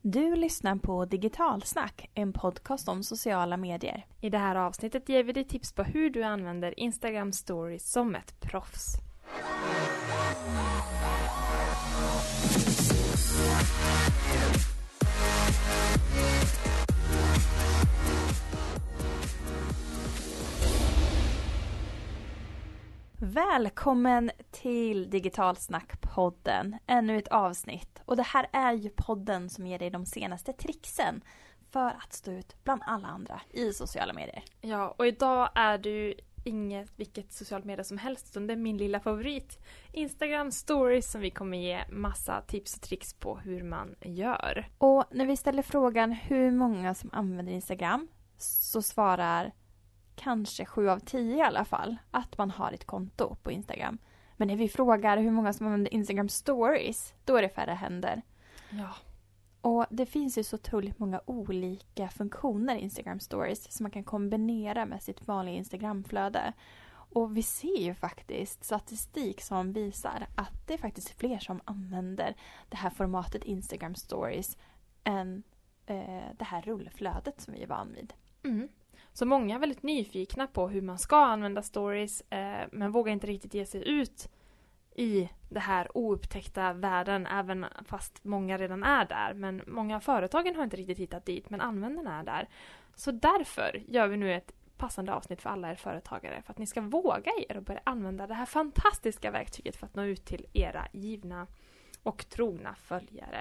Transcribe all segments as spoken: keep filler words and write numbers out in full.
Du lyssnar på Digitalsnack, en podcast om sociala medier. I det här avsnittet ger vi dig tips på hur du använder Instagram Stories som ett proffs. Välkommen till Digitalsnack-podden, ännu ett avsnitt. Och det här är ju podden som ger dig de senaste tricksen för att stå ut bland alla andra i sociala medier. Ja, och idag är det ju inget vilket socialt media som helst, utan det är min lilla favorit, Instagram Stories, som vi kommer ge massa tips och tricks på hur man gör. Och när vi ställer frågan hur många som använder Instagram så svarar kanske sju av tio i alla fall att man har ett konto på Instagram. Men när vi frågar hur många som använder Instagram Stories, då är det färre händer. Ja. Och det finns ju så otroligt många olika funktioner i Instagram Stories som man kan kombinera med sitt vanliga Instagramflöde. Och vi ser ju faktiskt statistik som visar att det är faktiskt fler som använder det här formatet Instagram Stories än eh, det här rullflödet som vi är van vid. Mm. Så många är väldigt nyfikna på hur man ska använda stories, eh, men vågar inte riktigt ge sig ut i det här oupptäckta världen, även fast många redan är där. Men många av företagen har inte riktigt hittat dit, men användarna är där. Så därför gör vi nu ett passande avsnitt för alla er företagare, för att ni ska våga er och börja använda det här fantastiska verktyget för att nå ut till era givna och trogna följare.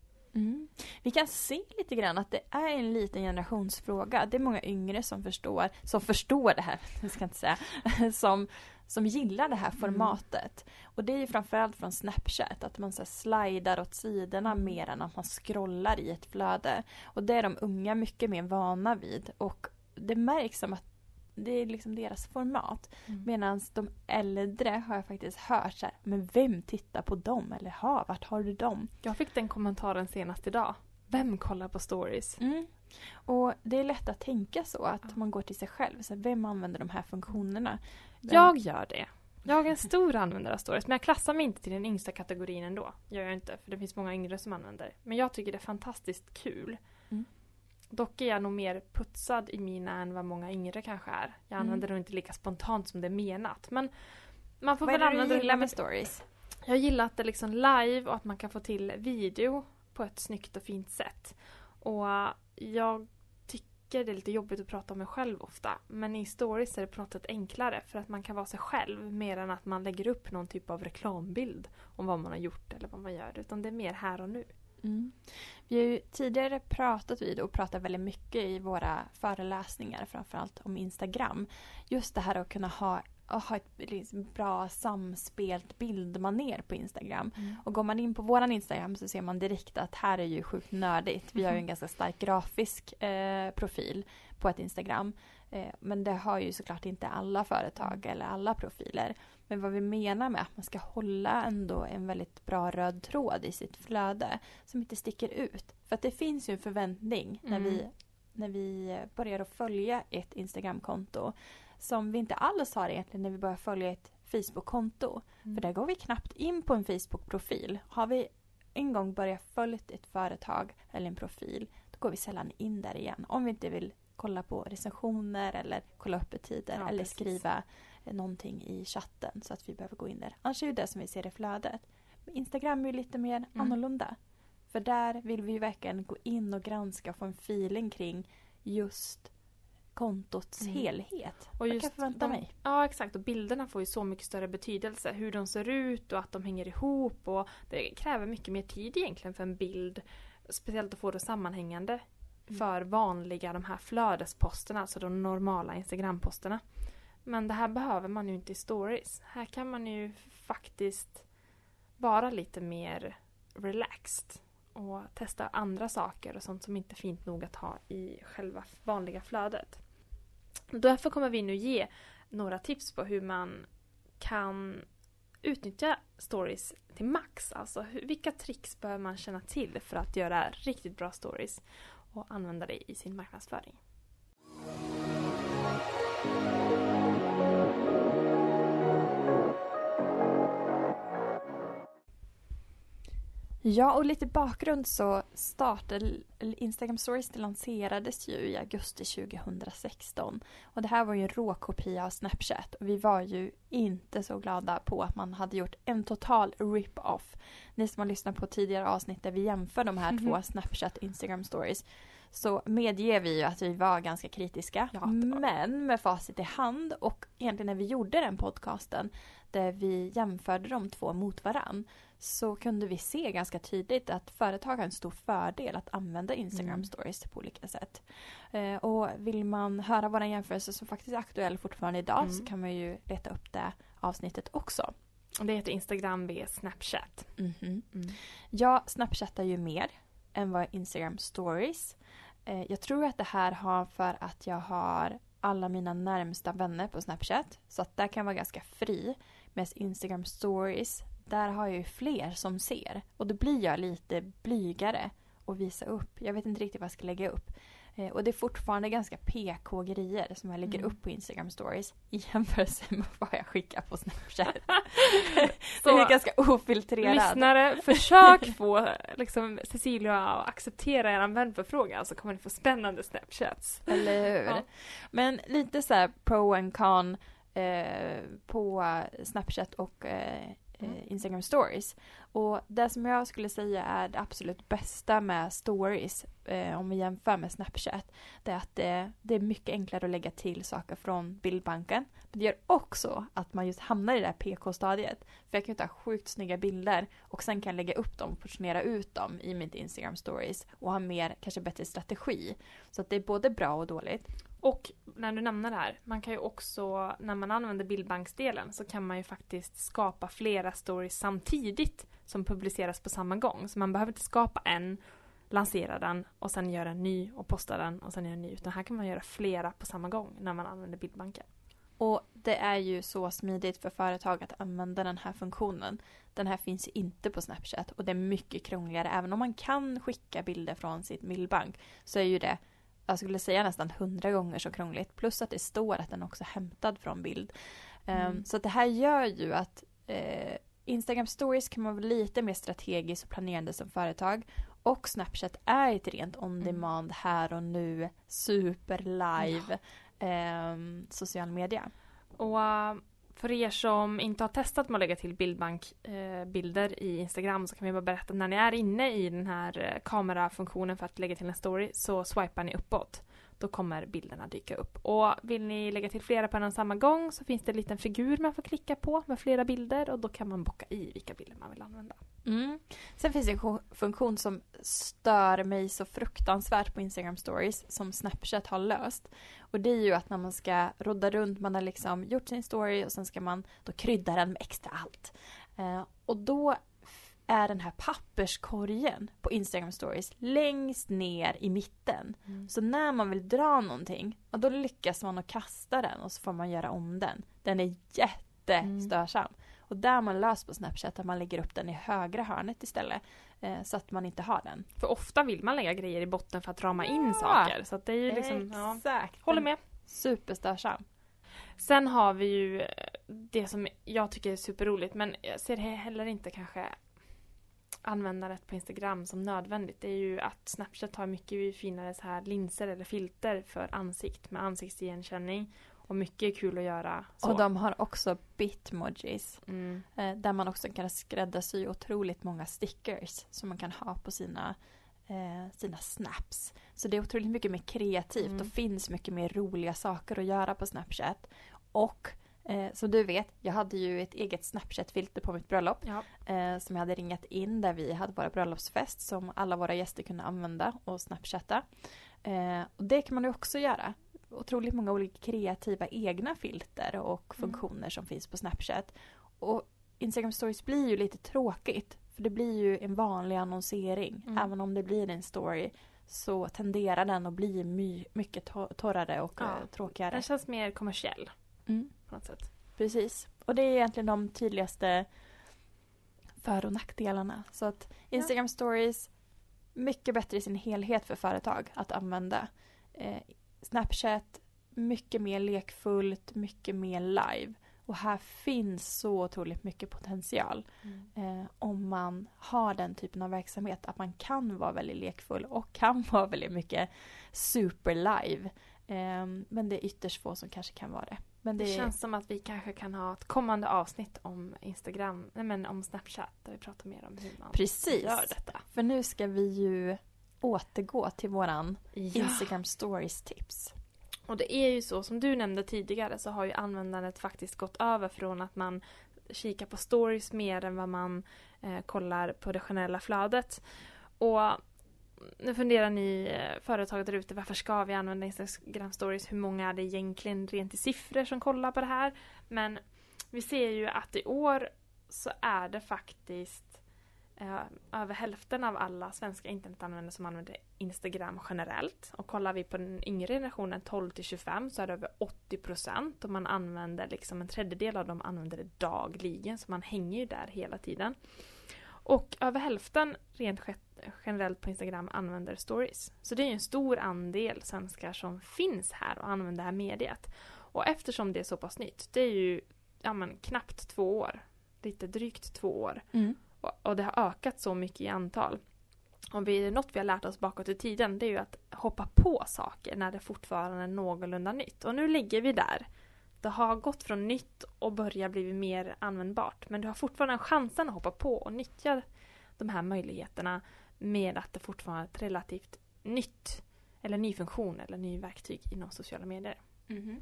Mm. Vi kan se lite grann att det är en liten generationsfråga. Det är många yngre som förstår, som förstår det här, jag ska inte säga, som, som gillar det här formatet. Mm. Och det är ju framförallt från Snapchat, att man så här slidar åt sidorna mm. mer än att man scrollar i ett flöde. Och det är de unga mycket mer vana vid. Och det märks som att det är liksom deras format. Mm. Medan de äldre har jag faktiskt hört så här, men vem tittar på dem? Eller ha, vart har du dem? Jag fick den kommentaren senast idag. Vem kollar på stories? Mm. Och det är lätt att tänka så, att ja. man går till sig själv. Så vem använder de här funktionerna? Vem? Jag gör det. Jag är en stor användare av stories, men jag klassar mig inte till den yngsta kategorin ändå. Gör jag inte, för det finns många yngre som använder. Men jag tycker det är fantastiskt kul. Mm. Dock är jag nog mer putsad i mina än vad många yngre kanske är. Jag använder mm. nog inte lika spontant som det är menat. Men man får vad väl är använda det du gillar med stories? Jag gillar att det är liksom live och att man kan få till video på ett snyggt och fint sätt. Och jag tycker det är lite jobbigt att prata om mig själv ofta. Men i stories är det på något sätt enklare, för att man kan vara sig själv mer än att man lägger upp någon typ av reklambild om vad man har gjort eller vad man gör. Utan det är mer här och nu. Mm. Vi har ju tidigare pratat vid och pratat väldigt mycket i våra föreläsningar, framförallt om Instagram. Just det här att kunna ha, att ha ett liksom bra samspelt bildmaner på Instagram. Mm. Och går man in på våran Instagram så ser man direkt att här är ju sjukt nördigt. Vi har ju en ganska stark grafisk eh, profil på ett Instagram. Eh, men det har ju såklart inte alla företag eller alla profiler. Men vad vi menar med att man ska hålla ändå en väldigt bra röd tråd i sitt flöde som inte sticker ut. För att det finns ju en förväntning mm. när, vi, när vi börjar att följa ett Instagram-konto som vi inte alls har egentligen när vi börjar följa ett Facebook-konto. Mm. För där går vi knappt in på en Facebook-profil. Har vi en gång börjat följa ett företag eller en profil, då går vi sällan in där igen. Om vi inte vill kolla på recensioner eller kolla öppettider ja, eller precis. skriva någonting i chatten så att vi behöver gå in där. Annars är det det som vi ser i flödet. Men Instagram är ju lite mer mm. annorlunda. För där vill vi ju verkligen gå in och granska och få en feeling kring just kontots mm. helhet. Och just jag kan förvänta de, mig. Ja, exakt. Och bilderna får ju så mycket större betydelse. Hur de ser ut och att de hänger ihop. Och det kräver mycket mer tid egentligen för en bild. Speciellt att få det sammanhängande. Mm. För vanliga de här flödesposterna. Alltså de normala Instagram-posterna. Men det här behöver man ju inte i stories. Här kan man ju faktiskt vara lite mer relaxed. Och testa andra saker och sånt som inte är fint nog att ha i själva vanliga flödet. Därför kommer vi nu ge några tips på hur man kan utnyttja stories till max. Alltså hur, vilka tricks behöver man känna till för att göra riktigt bra stories och använda det i sin marknadsföring. Ja, och lite bakgrund så startade Instagram Stories, det lanserades ju i augusti tjugohundrasexton. Och det här var ju en råkopia av Snapchat. Och vi var ju inte så glada på att man hade gjort en total rip-off. Ni som har lyssnat på tidigare avsnitt där vi jämför de här mm-hmm. två Snapchat och Instagram Stories, så medger vi ju att vi var ganska kritiska. Ja, men med facit i hand och egentligen när vi gjorde den podcasten där vi jämförde de två mot varann, så kunde vi se ganska tydligt att företag har en stor fördel att använda Instagram mm. Stories på olika sätt. Eh, och vill man höra våra jämförelser som faktiskt är aktuell fortfarande idag mm. så kan man ju leta upp det avsnittet också. Och det heter Instagram via Snapchat. Mm-hmm. Mm. Jag snapchattar ju mer än vad Instagram Stories. Eh, jag tror att det här har för att jag har alla mina närmsta vänner på Snapchat. Så att där kan jag vara ganska fri. Med Instagram Stories, där har jag ju fler som ser. Och då blir jag lite blygare att visa upp. Jag vet inte riktigt vad jag ska lägga upp. Eh, och det är fortfarande ganska P K-grejer som jag lägger mm. upp på Instagram Stories i jämförelse med vad jag skickar på Snapchat. Så det är ganska ofiltrerad. Lyssnare, försök få liksom, Cecilia att acceptera er vänförfrågan, så kommer ni få spännande Snapchats. Eller hur? Ja. Men lite så här pro and con eh, på Snapchat och eh, Instagram Stories. Och det som jag skulle säga är det absolut bästa med Stories eh, om vi jämför med Snapchat, det är att det, det är mycket enklare att lägga till saker från bildbanken. Men det gör också att man just hamnar i det här P K-stadiet. För jag kan ju ta sjukt snygga bilder och sen kan jag lägga upp dem och portionera ut dem i mitt Instagram Stories och ha mer, kanske bättre strategi. Så att det är både bra och dåligt. Och när du nämner det här, man kan ju också, när man använder bildbanksdelen, så kan man ju faktiskt skapa flera stories samtidigt som publiceras på samma gång. Så man behöver inte skapa en, lansera den och sen göra en ny och posta den och sen göra en ny. Utan här kan man göra flera på samma gång när man använder bildbanken. Och det är ju så smidigt för företag att använda den här funktionen. Den här finns ju inte på Snapchat och det är mycket krångligare. Även om man kan skicka bilder från sitt bildbank så är ju det, jag skulle säga nästan hundra gånger så krångligt. Plus att det står att den också är hämtad från bild. Mm. Um, så att det här gör ju att uh, Instagram Stories kan man vara lite mer strategisk och planerande som företag. Och Snapchat är ett rent on-demand, mm. här och nu, super live ja. um, social media. Och uh, för er som inte har testat med att lägga till bildbankbilder uh, i Instagram, så kan vi bara berätta att när ni är inne i den här uh, kamerafunktionen för att lägga till en story, så swipar ni uppåt. Då kommer bilderna dyka upp. Och vill ni lägga till flera på en och samma gång, så finns det en liten figur man får klicka på med flera bilder. Och då kan man bocka i vilka bilder man vill använda. Mm. Sen finns det en funktion som stör mig så fruktansvärt på Instagram Stories, som Snapchat har löst. Och det är ju att när man ska rodda runt, man har liksom gjort sin story och sen ska man då krydda den med extra allt. Eh, och då är den här papperskorgen på Instagram Stories längst ner i mitten. Mm. Så när man vill dra någonting, och då lyckas man att kasta den och så får man göra om den. Den är jättestörsam. Mm. Och där man löst på Snapchat att man lägger upp den i högra hörnet istället. Eh, så att man inte har den. För ofta vill man lägga grejer i botten för att rama in ja. saker. Så att det är ju liksom, exakt. Ja, håller med. Superstörsam. Sen har vi ju det som jag tycker är superroligt, men jag ser heller inte kanske användandet på Instagram som nödvändigt. Det är ju att Snapchat har mycket finare så här linser eller filter för ansikt med ansiktsigenkänning. Och mycket kul att göra. Så. Och de har också bitmojis. Mm. Eh, där man också kan skräddarsy otroligt många stickers som man kan ha på sina, eh, sina snaps. Så det är otroligt mycket mer kreativt. Mm. Och finns mycket mer roliga saker att göra på Snapchat. Och eh, som du vet, jag hade ju ett eget Snapchat-filter på mitt bröllop. Ja. Eh, som jag hade ringat in där vi hade våra bröllopsfest. Som alla våra gäster kunde använda och Snapchatta. Eh, och det kan man ju också göra. Otroligt många olika kreativa egna filter och funktioner mm. som finns på Snapchat. Och Instagram Stories blir ju lite tråkigt. För det blir ju en vanlig annonsering. Mm. Även om det blir en story så tenderar den att bli my- mycket to- torrare och ja. uh, tråkigare. Den känns mer kommersiell mm. på något sätt. Precis. Och det är egentligen de tydligaste för- och nackdelarna. Så att Instagram ja. Stories mycket bättre i sin helhet för företag att använda. Eh, Snapchat, mycket mer lekfullt, mycket mer live. Och här finns så otroligt mycket potential. Mm. Eh, om man har den typen av verksamhet. Att man kan vara väldigt lekfull och kan vara väldigt mycket super live. Eh, men det är ytterst få som kanske kan vara det. Men det, Det känns som att vi kanske kan ha ett kommande avsnitt om Instagram, nej men om Snapchat, där vi pratar mer om hur man precis. gör detta. För nu ska vi ju återgå till våran Ja. Instagram stories tips. Och det är ju så, som du nämnde tidigare, så har ju användandet faktiskt gått över från att man kikar på stories mer än vad man eh, kollar på det generella flödet. Och nu funderar ni eh, företag där ute, varför ska vi använda Instagram stories? Hur många är det egentligen rent i siffror som kollar på det här? Men vi ser ju att i år så är det faktiskt eh, över hälften av alla svenska internetanvändare som använder Instagram generellt. Och kollar vi på den yngre generationen tolv till tjugofem så är det över åttio procent. Och man använder liksom en tredjedel av dem använder det dagligen. Så man hänger ju där hela tiden. Och över hälften rent generellt på Instagram använder stories. Så det är ju en stor andel svenskar som finns här och använder det här mediet. Och eftersom det är så pass nytt, det är ju ja, men, knappt två år. Lite drygt två år. Mm. Och, och det har ökat så mycket i antal. Och vi, något vi har lärt oss bakåt i tiden, det är ju att hoppa på saker när det fortfarande är någorlunda nytt. Och nu ligger vi där. Det har gått från nytt och börjar bli mer användbart. Men du har fortfarande chansen att hoppa på och nyttja de här möjligheterna med att det fortfarande är ett relativt nytt eller ny funktion eller ny verktyg inom sociala medier. Mm-hmm.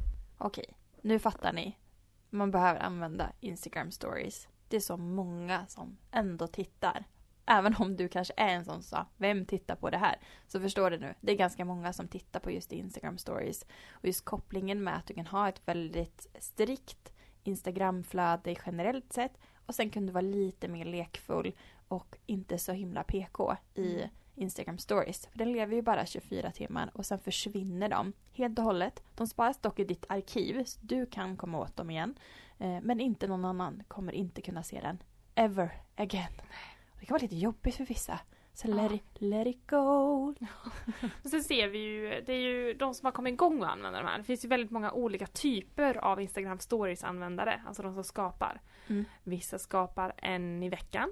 Okej, nu fattar ni. Man behöver använda Instagram stories. Det är så många som ändå tittar. Även om du kanske är en som sa, vem tittar på det här? Så förstår du nu, det är ganska många som tittar på just Instagram stories. Och just kopplingen med att du kan ha ett väldigt strikt Instagramflöde generellt sett. Och sen kan du vara lite mer lekfull och inte så himla P K i Mm. Instagram stories. För den lever ju bara tjugofyra timmar och sen försvinner de helt och hållet. De sparas dock i ditt arkiv så du kan komma åt dem igen. Eh, men inte någon annan kommer inte kunna se den ever again. Det kan vara lite jobbigt för vissa. Så Ja. let, it, let it go. Och sen ser vi ju, det är ju de som har kommit igång och använder de här. Det finns ju väldigt många olika typer av Instagram stories-användare. Alltså de som skapar. Mm. Vissa skapar en i veckan.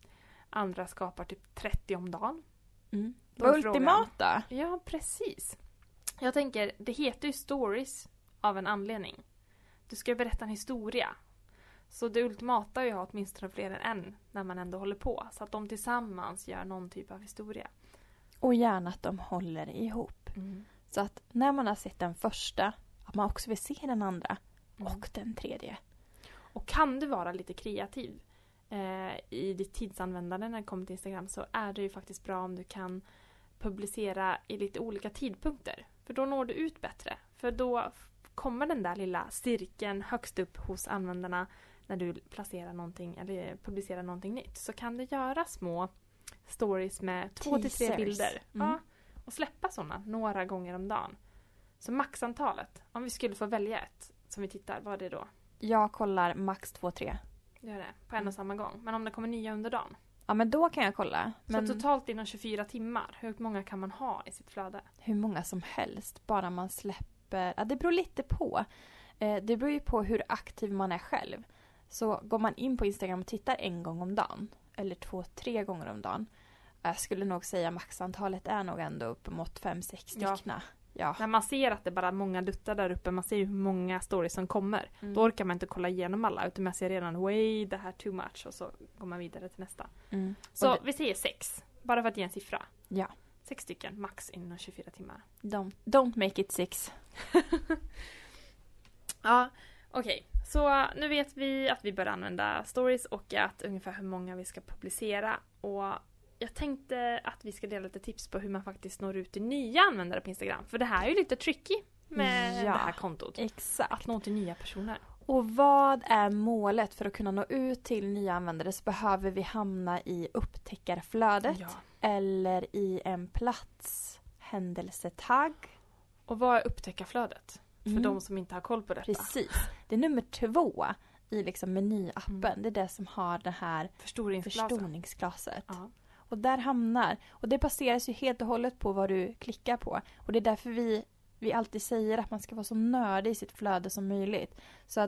Andra skapar typ trettio om dagen. Mm. Då Vad är frågan- ultimata. Ja, precis. Jag tänker, det heter ju stories av en anledning. Du ska ju berätta en historia. Så det ultimata är ju att ha åtminstone fler än en när man ändå håller på. Så att de tillsammans gör någon typ av historia. Och gärna att de håller ihop. Så att när man har sett den första, att man också vill se den andra Mm. och den tredje. Och kan du vara lite kreativ eh, i ditt tidsanvändande när det kommer till Instagram, så är det ju faktiskt bra om du kan publicera i lite olika tidpunkter. För då når du ut bättre. För då f- kommer den där lilla cirkeln högst upp hos användarna när du placerar någonting eller publicerar någonting nytt. Så kan du göra små stories med två till tre Teasers. bilder. Mm. Ja, och släppa sådana några gånger om dagen. Så maxantalet, om vi skulle få välja ett som vi tittar, vad är det då? Jag kollar max två, tre. Gör det, på en och samma gång. Men om det kommer nya under dagen. Ja, men då kan jag kolla. Men Så totalt inom tjugofyra timmar, hur många kan man ha i sitt flöde? hur många som helst. Bara man släpper... Ja, det beror lite på. Eh, det beror ju på hur aktiv man är själv. Så går man in på Instagram och tittar en gång om dagen. Eller två, tre gånger om dagen. Jag skulle nog säga maxantalet är nog ändå uppemot fem, sex Ja. styckna. Ja. När man ser att det bara är många duttar där uppe, man ser ju hur många stories som kommer. Mm. Då orkar man inte kolla igenom alla, utan man ser redan way, det här too much, och så går man vidare till nästa. Mm. Så Och det- vi säger sex, bara för att ge en siffra. Ja. Sex stycken, max inom tjugofyra timmar. Don't, don't make it six. Ja, okej. Så nu vet vi att vi bör använda stories och att ungefär hur många vi ska publicera. Och jag tänkte att vi ska dela lite tips på hur man faktiskt når ut till nya användare på Instagram. För det här är ju lite tricky med Ja. det här kontot. Exakt. Att nå till nya personer. Och vad är målet för att kunna nå ut till nya användare, så behöver vi hamna i upptäckarflödet Ja. eller i en plats händelsetagg. Och vad är upptäckarflödet? För Mm. de som inte har koll på detta. Precis. Det är nummer två i liksom menyappen. Mm. Det är det som har det här Förstoringsglaset. förstoringsglaset. Ja. Och där hamnar, och det baseras ju helt och hållet på vad du klickar på. Och det är därför vi, vi alltid säger att man ska vara så nördig i sitt flöde som möjligt. Så att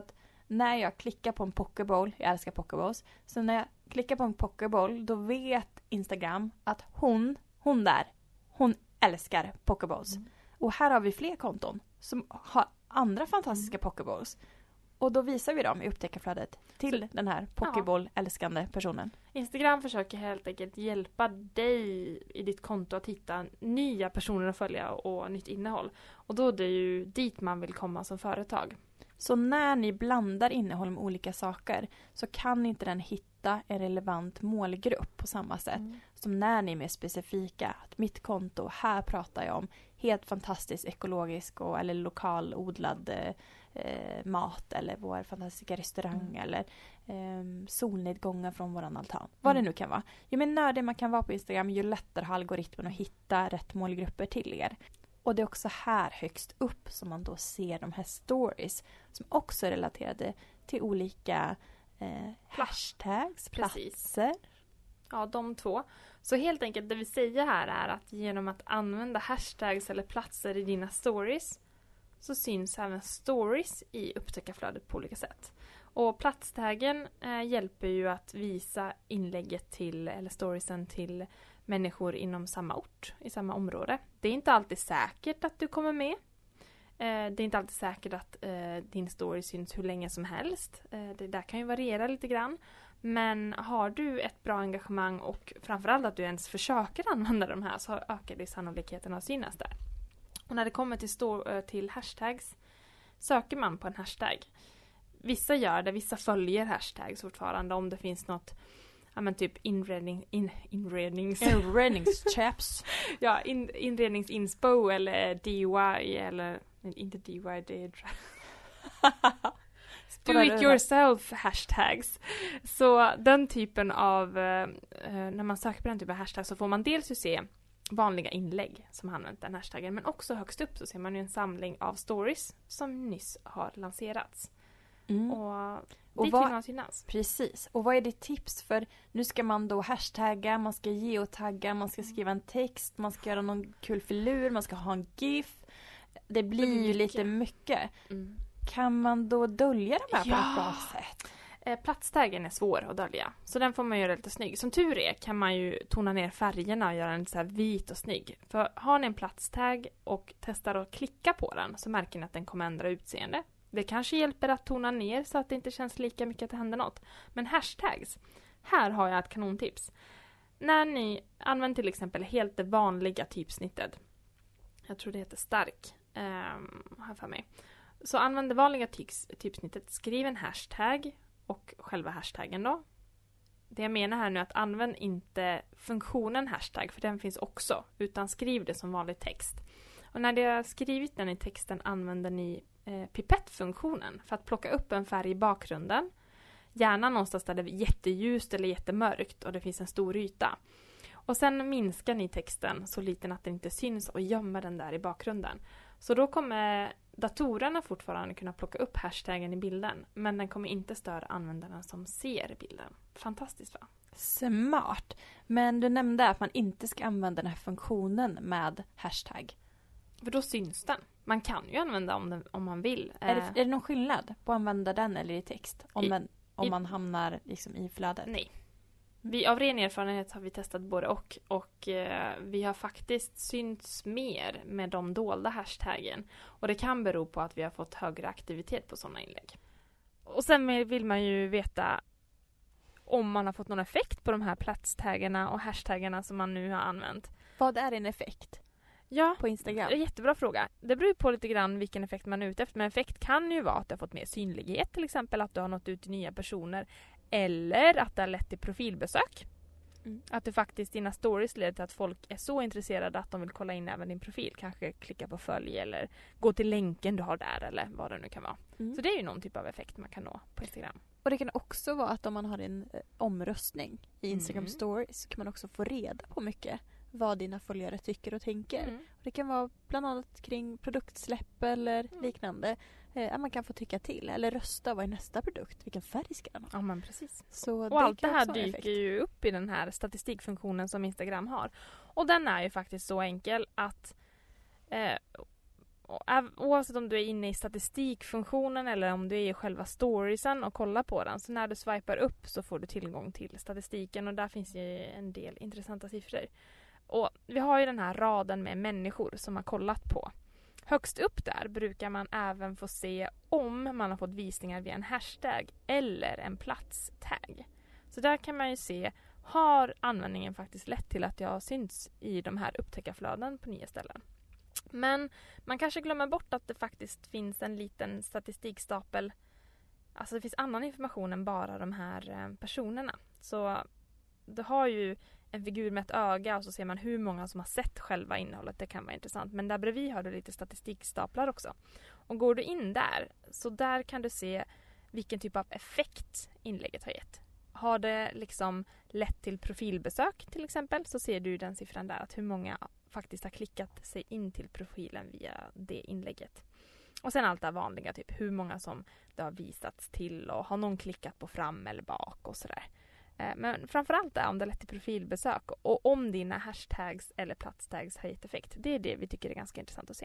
när jag klickar på en Pokéball, jag älskar Pokéballs, så när jag klickar på en Pokéball då vet Instagram att hon, hon där, hon älskar Pokéballs. Mm. Och här har vi fler konton som har andra fantastiska mm. Pokéballs. Och då visar vi dem i upptäckarflödet till så, den här Pokéball-älskande personen. Instagram försöker helt enkelt hjälpa dig i ditt konto att hitta nya personer att följa och nytt innehåll. Och då är det ju dit man vill komma som företag. Så när ni blandar innehåll med olika saker så kan inte den hitta en relevant målgrupp på samma sätt mm. som när ni är mer specifika. Att mitt konto, här pratar jag om helt fantastisk ekologisk och, eller lokal odlad eh, mat eller vår fantastiska restaurang mm. eller eh, solnedgångar från våran altan. Mm. Vad det nu kan vara. Ju mer nördig man kan vara på Instagram ju lättare har algoritmen att hitta rätt målgrupper till er. Och det är också här högst upp som man då ser de här stories som också är relaterade till olika eh, hashtags, platser. Ja, de två. Så helt enkelt det vi säger här är att genom att använda hashtags eller platser i dina stories så syns även stories i upptäckarflödet på olika sätt. Och platstaggen eh, hjälper ju att visa inlägget till eller storiesen till människor inom samma ort, i samma område. Det är inte alltid säkert att du kommer med. Eh, det är inte alltid säkert att eh, din story syns hur länge som helst. Eh, det där kan ju variera lite grann. Men har du ett bra engagemang och framförallt att du ens försöker använda de här så ökar det sannolikheten att synas där. Och när det kommer till, sto- till hashtags söker man på en hashtag. Vissa gör det, vissa följer hashtags fortfarande om det finns något ja men typ inredning, in, inrednings... Inredningschaps. ja, in, inredningsinspo eller D I Y eller inte D I Y, det är do it yourself hashtags. Så den typen av eh, när man söker på den typen av hashtag så får man dels ju se vanliga inlägg som har använt den hashtaggen men också högst upp så ser man ju en samling av stories som nyss har lanserats. Mm. Och och vad, man synas. Precis. Och vad är ditt tips? För nu ska man då hashtagga, man ska geotagga, man ska skriva en text, man ska göra någon kul filur, man ska ha en gif. Det blir, det blir ju mycket. lite mycket. Mm. Kan man då dölja de här ja. på ett bra sätt? Eh, platstaggen är svår att dölja. Så den får man göra lite snygg. Som tur är kan man ju tona ner färgerna och göra den så här vit och snygg. För har ni en platstagg och testar att klicka på den så märker ni att den kommer ändra utseende. Det kanske hjälper att tona ner så att det inte känns lika mycket att det händer något. Men hashtags, här har jag ett kanontips. När ni använder till exempel helt det vanliga typsnittet. Jag tror det heter stark. Um, här för mig. Så använd det vanliga typs, typsnittet. Skriv en hashtag och själva hashtaggen då. Det jag menar här nu är att använd inte funktionen hashtag för den finns också. Utan skriv det som vanlig text. Och när ni har skrivit den i texten använder ni eh, pipettfunktionen för att plocka upp en färg i bakgrunden. Gärna någonstans där det är jätteljust eller jättemörkt och det finns en stor yta. Och sen minskar ni texten så liten att den inte syns och gömmer den där i bakgrunden. Så då kommer datorerna fortfarande kunna plocka upp hashtaggen i bilden. Men den kommer inte störa användarna som ser bilden. Fantastiskt va? Smart. Men du nämnde att man inte ska använda den här funktionen med hashtag. För då syns den. Man kan ju använda om, den, om man vill. Är det, är det någon skillnad på att använda den eller i text? Om, I, man, om i, man hamnar liksom i flödet? Nej. Vi, av ren erfarenhet har vi testat både och. Och eh, vi har faktiskt synts mer med de dolda hashtaggen. Och det kan bero på att vi har fått högre aktivitet på sådana inlägg. Och sen vill man ju veta om man har fått någon effekt på de här platstaggarna och hashtaggarna som man nu har använt. Vad är en effekt? Ja, på Instagram. Det är en jättebra fråga. Det beror på lite grann vilken effekt man är ute efter. Men effekt kan ju vara att du har fått mer synlighet. Till exempel att du har nått ut till nya personer. Eller att det har lett till profilbesök. Mm. Att du faktiskt dina stories leder till att folk är så intresserade att de vill kolla in även din profil. Kanske klicka på följ eller gå till länken du har där eller vad det nu kan vara. Mm. Så det är ju någon typ av effekt man kan nå på Instagram. Och det kan också vara att om man har en eh, omröstning i Instagram mm. stories så kan man också få reda på mycket. Vad dina följare tycker och tänker. Mm. Och det kan vara bland annat kring produktsläpp eller mm. liknande. Eh, man kan få tycka till. Eller rösta, vad är nästa produkt? Vilken färg ska den ha? Ja, men precis. Så och det allt det här dyker effekt. ju upp i den här statistikfunktionen som Instagram har. Och den är ju faktiskt så enkel att eh, oavsett om du är inne i statistikfunktionen eller om du är i själva storiesen och kollar på den. Så när du swipar upp så får du tillgång till statistiken och där finns ju en del intressanta siffror. Och vi har ju den här raden med människor som har kollat på. Högst upp där brukar man även få se om man har fått visningar via en hashtag eller en platstag. Så där kan man ju se, har användningen faktiskt lett till att jag syns i de här upptäckarflöden på nya ställen. Men man kanske glömmer bort att det faktiskt finns en liten statistikstapel. Alltså det finns annan information än bara de här personerna. Så du har ju en figur med ett öga och så ser man hur många som har sett själva innehållet. Det kan vara intressant. Men där bredvid har du lite statistikstaplar också. Och går du in där, så där kan du se vilken typ av effekt inlägget har gett. Har det liksom lett till profilbesök till exempel, så ser du den siffran där, att hur många faktiskt har klickat sig in till profilen via det inlägget. Och sen allt det vanliga, typ hur många som det har visats till och har någon klickat på fram eller bak och sådär. Men framförallt är om det lett till profilbesök och om dina hashtags eller platstags har gett effekt. Det är det vi tycker är ganska intressant att se.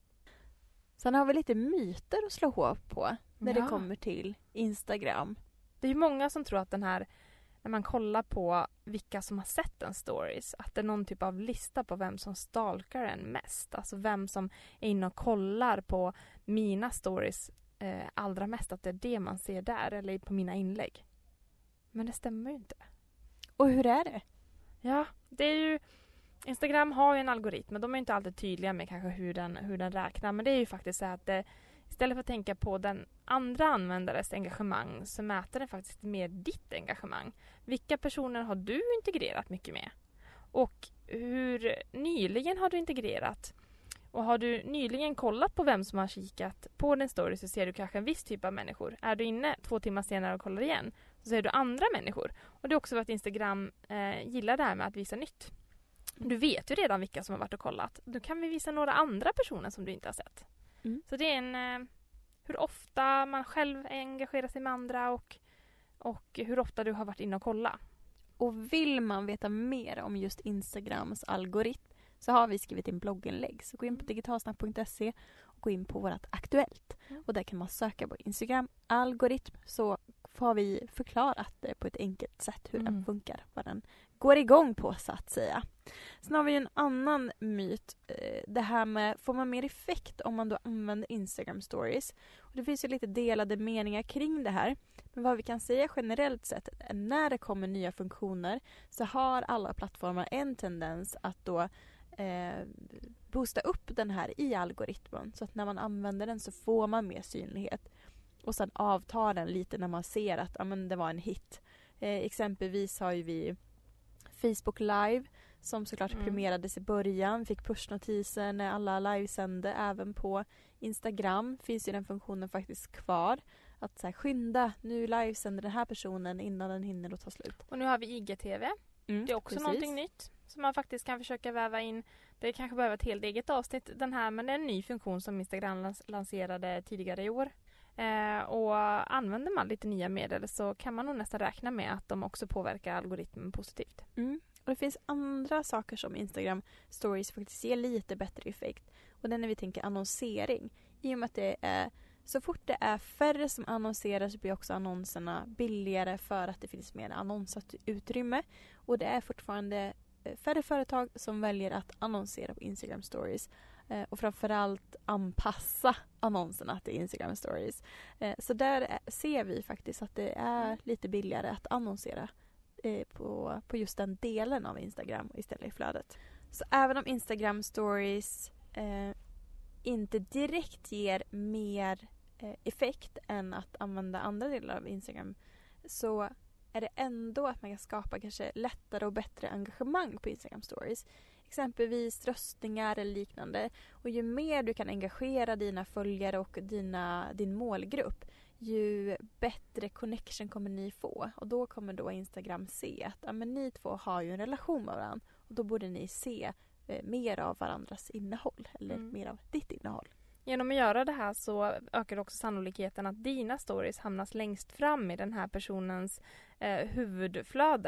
Sen har vi lite myter att slå hål på när Ja. det kommer till Instagram. Det är ju många som tror att den här, när man kollar på vilka som har sett en stories, att det är någon typ av lista på vem som stalkar en mest. Alltså vem som är inne och kollar på mina stories eh, allra mest, att det är det man ser där eller på mina inlägg. Men det stämmer ju inte. Och hur är det? Ja, det är ju... Instagram har ju en algoritm, men de är inte alltid tydliga med kanske hur den, hur den räknar. Men det är ju faktiskt så att det, istället för att tänka på den andra användares engagemang, så mäter den faktiskt mer ditt engagemang. Vilka personer har du integrerat mycket med? Och hur nyligen har du integrerat? Och har du nyligen kollat på vem som har kikat på din story, så ser du kanske en viss typ av människor. Är du inne två timmar senare och kollar igen, så ser du andra människor. Och det är också för att Instagram eh, gillar det här med att visa nytt. Du vet ju redan vilka som har varit och kollat. Då kan vi visa några andra personer som du inte har sett. Mm. Så det är en eh, hur ofta man själv engagerar sig med andra och, och hur ofta du har varit inne och kollat. Och vill man veta mer om just Instagrams algoritm, så har vi skrivit in blogginlägg. Så gå in på digitalsnack punkt se och gå in på vårt Aktuellt. Mm. Och där kan man söka på Instagram algoritm, så har vi förklarat det på ett enkelt sätt hur Mm. den funkar. Vad den går igång på, så att säga. Sen har vi en annan myt. Det här med, får man mer effekt om man då använder Instagram stories? Och det finns ju lite delade meningar kring det här. Men vad vi kan säga generellt sett är när det kommer nya funktioner, så har alla plattformar en tendens att då eh, boosta upp den här i algoritmen. Så att när man använder den så får man mer synlighet. Och sen avtar den lite när man ser att ja, men det var en hit. Eh, exempelvis har ju vi Facebook Live som såklart Mm. premierades i början. Fick pushnotiser när alla livesände. Även på Instagram finns ju den funktionen faktiskt kvar. Att så här, skynda, nu livesänder den här personen innan den hinner att ta slut. Och nu har vi I G T V. Mm, Det är också precis. någonting nytt som man faktiskt kan försöka väva in. Det kanske behöver ett helt eget avsnitt den här, men det är en ny funktion som Instagram lans- lanserade tidigare i år. Eh, och använder man lite nya medel så kan man nog nästan räkna med att de också påverkar algoritmen positivt. Mm. Och det finns andra saker som Instagram stories faktiskt ger lite bättre effekt. Och det är när vi tänker annonsering. I och med att det är, så fort det är färre som annonserar så blir också annonserna billigare för att det finns mer annonsutrymme. Och det är fortfarande färre företag som väljer att annonsera på Instagram stories. Eh, och framförallt anpassa annonserna till Instagram stories. Eh, så där är, ser vi faktiskt att det är lite billigare att annonsera eh, på, på just den delen av Instagram istället i flödet. Så även om Instagram stories eh, inte direkt ger mer eh, effekt än att använda andra delar av Instagram, så är det ändå att man kan skapa kanske lättare och bättre engagemang på Instagram stories. Exempelvis röstningar eller liknande. Och ju mer du kan engagera dina följare och dina, din målgrupp, ju bättre connection kommer ni få. Och då kommer då Instagram se att ja, men ni två har ju en relation med varandra. Och då borde ni se eh, mer av varandras innehåll. Eller Mm. mer av ditt innehåll. Genom att göra det här så ökar också sannolikheten att dina stories hamnas längst fram i den här personens eh, huvudflöde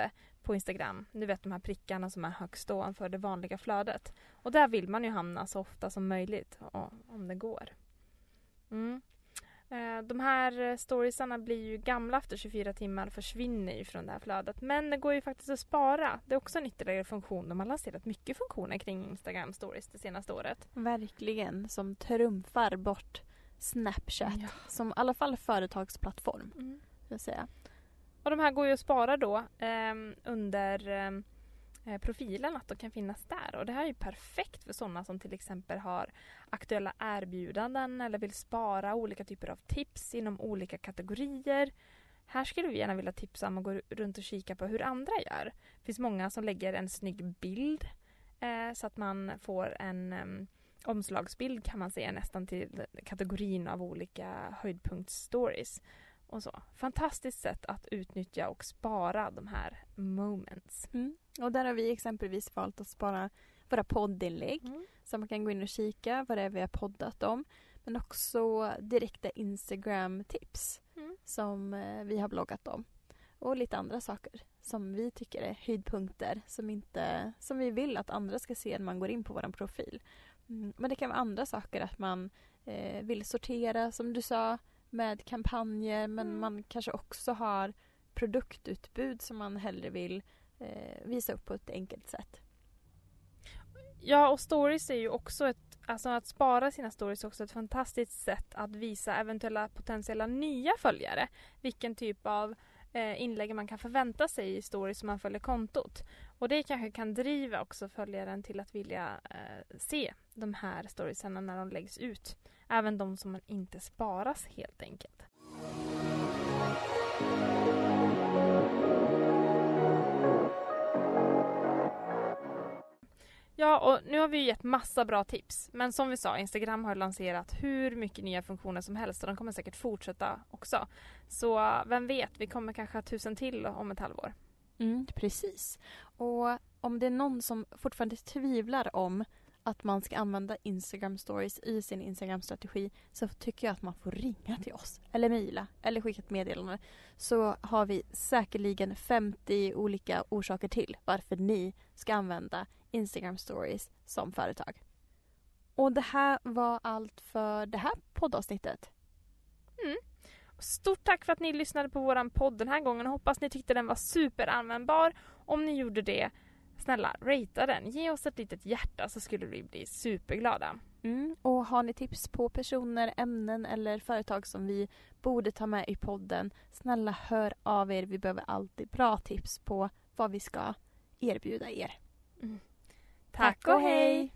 på Instagram. Du vet de här prickarna som är högst ovanför det vanliga flödet. Och där vill man ju hamna så ofta som möjligt om det går. Mm. De här storiesarna blir ju gamla efter tjugofyra timmar och försvinner ju från det här flödet. Men det går ju faktiskt att spara. Det är också en ytterligare funktion. De har lanserat mycket funktioner kring Instagram stories det senaste året. Verkligen, som trumfar bort Snapchat. Ja. Som i alla fall företagsplattform. Mm. Jag säga. Och de här går ju att spara då eh, under eh, profilen, att de kan finnas där. Och det här är ju perfekt för sådana som till exempel har aktuella erbjudanden eller vill spara olika typer av tips inom olika kategorier. Här skulle vi gärna vilja tipsa om att gå runt och kika på hur andra gör. Det finns många som lägger en snygg bild eh, så att man får en um, omslagsbild kan man säga nästan till kategorin av olika höjdpunktsstories. Och så. Fantastiskt sätt att utnyttja och spara de här moments. Mm. Och där har vi exempelvis valt att spara våra poddinlägg. Mm. Så man kan gå in och kika vad det är vi har poddat om. Men också direkta Instagram-tips mm. som vi har bloggat om. Och lite andra saker som vi tycker är höjdpunkter som, inte, som vi vill att andra ska se när man går in på vår profil. Mm. Men det kan vara andra saker, att man eh, vill sortera som du sa med kampanjer, men mm. man kanske också har produktutbud som man hellre vill eh, visa upp på ett enkelt sätt. Ja, och stories är ju också ett, alltså att spara sina stories är också ett fantastiskt sätt att visa eventuella potentiella nya följare vilken typ av eh, inlägg man kan förvänta sig i stories som man följer kontot. Och det kanske kan driva också följaren till att vilja eh, se de här storiesarna när de läggs ut. Även de som man inte sparas helt enkelt. Ja, och nu har vi gett massa bra tips. Men som vi sa, Instagram har lanserat hur mycket nya funktioner som helst och de kommer säkert fortsätta också. Så vem vet, vi kommer kanske ha tusen till om ett halvår. Mm, precis. Och om det är någon som fortfarande tvivlar om att man ska använda Instagram stories i sin Instagram-strategi, så tycker jag att man får ringa till oss eller mejla eller skicka ett meddelande, så har vi säkerligen femtio olika orsaker till varför ni ska använda Instagram stories som företag. Och det här var allt för det här poddavsnittet. Mm. Stort tack för att ni lyssnade på våran podd den här gången och hoppas ni tyckte den var superanvändbar. Om ni gjorde det, snälla, ratea den. Ge oss ett litet hjärta så skulle vi bli superglada. Mm. Och har ni tips på personer, ämnen eller företag som vi borde ta med i podden, snälla hör av er. Vi behöver alltid bra tips på vad vi ska erbjuda er. Mm. Tack och hej!